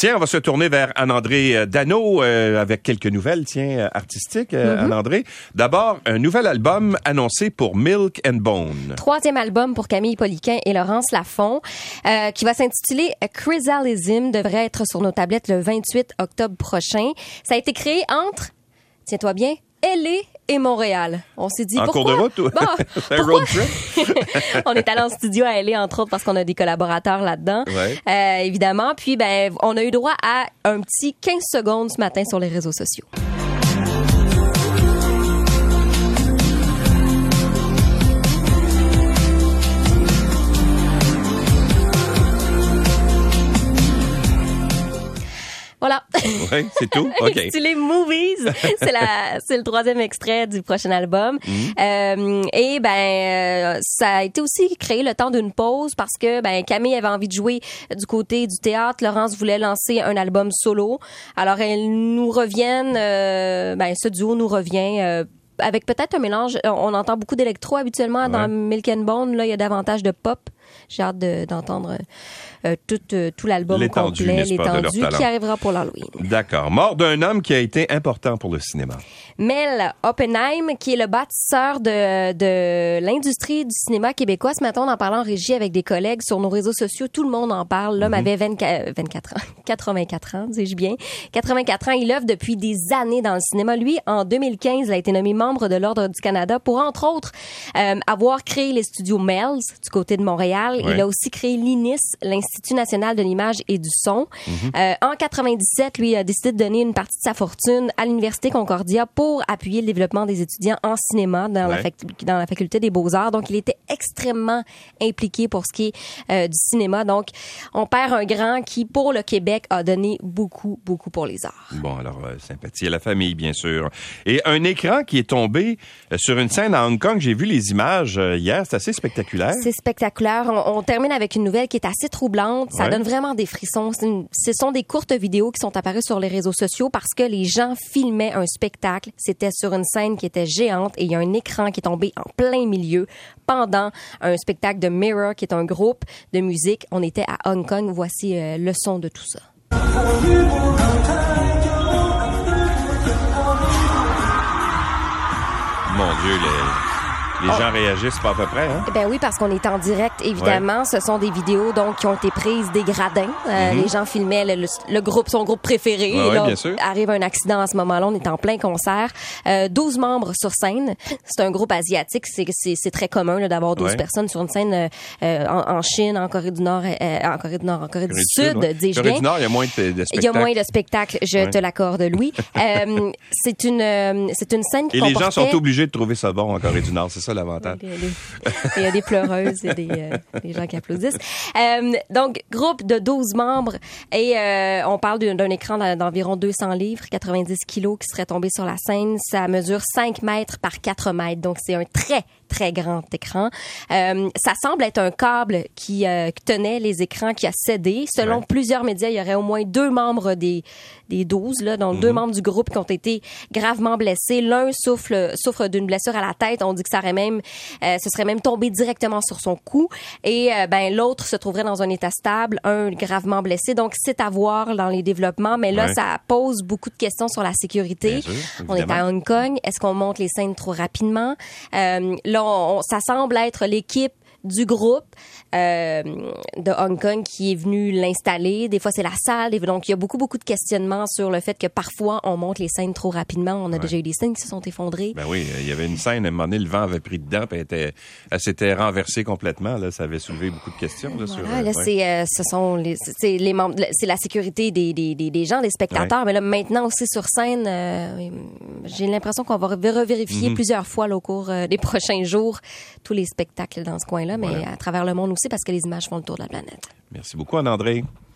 Tiens, on va se tourner vers Anne-André Dano avec quelques nouvelles, artistiques, Anne-André. D'abord, un nouvel album annoncé pour Milk and Bone. 3e album pour Camille Poliquin et Laurence Lafont, qui va s'intituler Chrysalism, devrait être sur nos tablettes le 28 octobre prochain. Ça a été créé entre, tiens-toi bien, LA et Montréal. On s'est dit, pourquoi? En cours de route? Bon, c'est un road trip? On est allé en studio à LA, entre autres, parce qu'on a des collaborateurs là-dedans, évidemment. Puis, on a eu droit à un petit 15 secondes ce matin sur les réseaux sociaux. Voilà. Oui, c'est tout? OK. Intitulé Movies. C'est le 3e extrait du prochain album. Ça a été aussi créé le temps d'une pause parce que, Camille avait envie de jouer du côté du théâtre. Laurence voulait lancer un album solo. Alors, elles nous reviennent, ce duo nous revient, avec peut-être un mélange. On entend beaucoup d'électro habituellement dans Milk and Bone. Là, il y a davantage de pop. J'ai hâte d'entendre tout l'album complet, l'étendue, qui arrivera pour l'Halloween. D'accord. Mort d'un homme qui a été important pour le cinéma. Mel Oppenheim, qui est le bâtisseur de l'industrie du cinéma québécois. Ce matin, on en parlait en régie avec des collègues sur nos réseaux sociaux. Tout le monde en parle. L'homme avait 84 ans, dis-je bien. 84 ans. Il œuvre depuis des années dans le cinéma. Lui, en 2015, il a été nommé membre de l'Ordre du Canada pour, entre autres, avoir créé les studios Melz du côté de Montréal. Il a aussi créé l'INIS, l'Institut national de l'image et du son. En 97, lui a décidé de donner une partie de sa fortune à l'Université Concordia pour appuyer le développement des étudiants en cinéma dans la faculté des Beaux-Arts. Donc, il était extrêmement impliqué pour ce qui est du cinéma. Donc, on perd un grand qui, pour le Québec, a donné beaucoup, beaucoup pour les arts. Bon, alors, sympathie à la famille, bien sûr. Et un écran qui est tombé sur une scène à Hong Kong. J'ai vu les images hier. C'est assez spectaculaire. C'est spectaculaire. On termine avec une nouvelle qui est assez troublante. Ça donne vraiment des frissons. Ce sont des courtes vidéos qui sont apparues sur les réseaux sociaux parce que les gens filmaient un spectacle. C'était sur une scène qui était géante et il y a un écran qui est tombé en plein milieu pendant un spectacle de Mirror, qui est un groupe de musique. On était à Hong Kong. Voici le son de tout ça. Mon Dieu, les gens réagissent pas à peu près, hein? Ben oui, parce qu'on est en direct, évidemment. Ce sont des vidéos donc qui ont été prises des gradins. Les gens filmaient son groupe préféré. Et là, bien sûr. Arrive un accident à ce moment-là. On est en plein concert. 12 membres sur scène. C'est un groupe asiatique. C'est très commun là, d'avoir 12 personnes sur une scène en Chine, en Corée du Nord, en Corée du Sud, dis-je bien. Corée du Nord, il y a moins de spectacles. Il y a moins de spectacles, je te l'accorde, Louis. C'est une scène qui Et comportait... les gens sont obligés de trouver ça bon en Corée du Nord. C'est ça l'avantage. Il y a des pleureuses et des gens qui applaudissent. Donc, groupe de 12 membres et on parle d'un écran d'environ 200 livres, 90 kilos qui serait tombé sur la scène. Ça mesure 5 mètres par 4 mètres. Donc, c'est un très, très grand écran. Ça semble être un câble qui tenait les écrans qui a cédé. Selon plusieurs médias, il y aurait au moins 2 membres des 12, là, donc 2 membres du groupe qui ont été gravement blessés. L'un souffre d'une blessure à la tête. On dit que ce serait même tombé directement sur son cou. Et l'autre se trouverait dans un état stable, un gravement blessé. Donc, c'est à voir dans les développements. Mais là, ça pose beaucoup de questions sur la sécurité. Sûr, on est à Hong Kong. Est-ce qu'on monte les scènes trop rapidement? Là, ça semble être l'équipe du groupe de Hong Kong qui est venu l'installer. Des fois, c'est la salle. Donc, il y a beaucoup, beaucoup de questionnements sur le fait que parfois, on monte les scènes trop rapidement. On a déjà eu des scènes qui se sont effondrées. Ben oui, il y avait une scène, à un moment donné, le vent avait pris dedans, puis elle s'était renversée complètement. Là, ça avait soulevé beaucoup de questions. Là, voilà, c'est les membres, c'est la sécurité des gens, des spectateurs. Ouais. Mais là, maintenant aussi sur scène, j'ai l'impression qu'on va revérifier plusieurs fois là, au cours des prochains jours tous les spectacles dans ce coin-là, mais à travers le monde aussi, parce que les images font le tour de la planète. Merci beaucoup, Anne-André.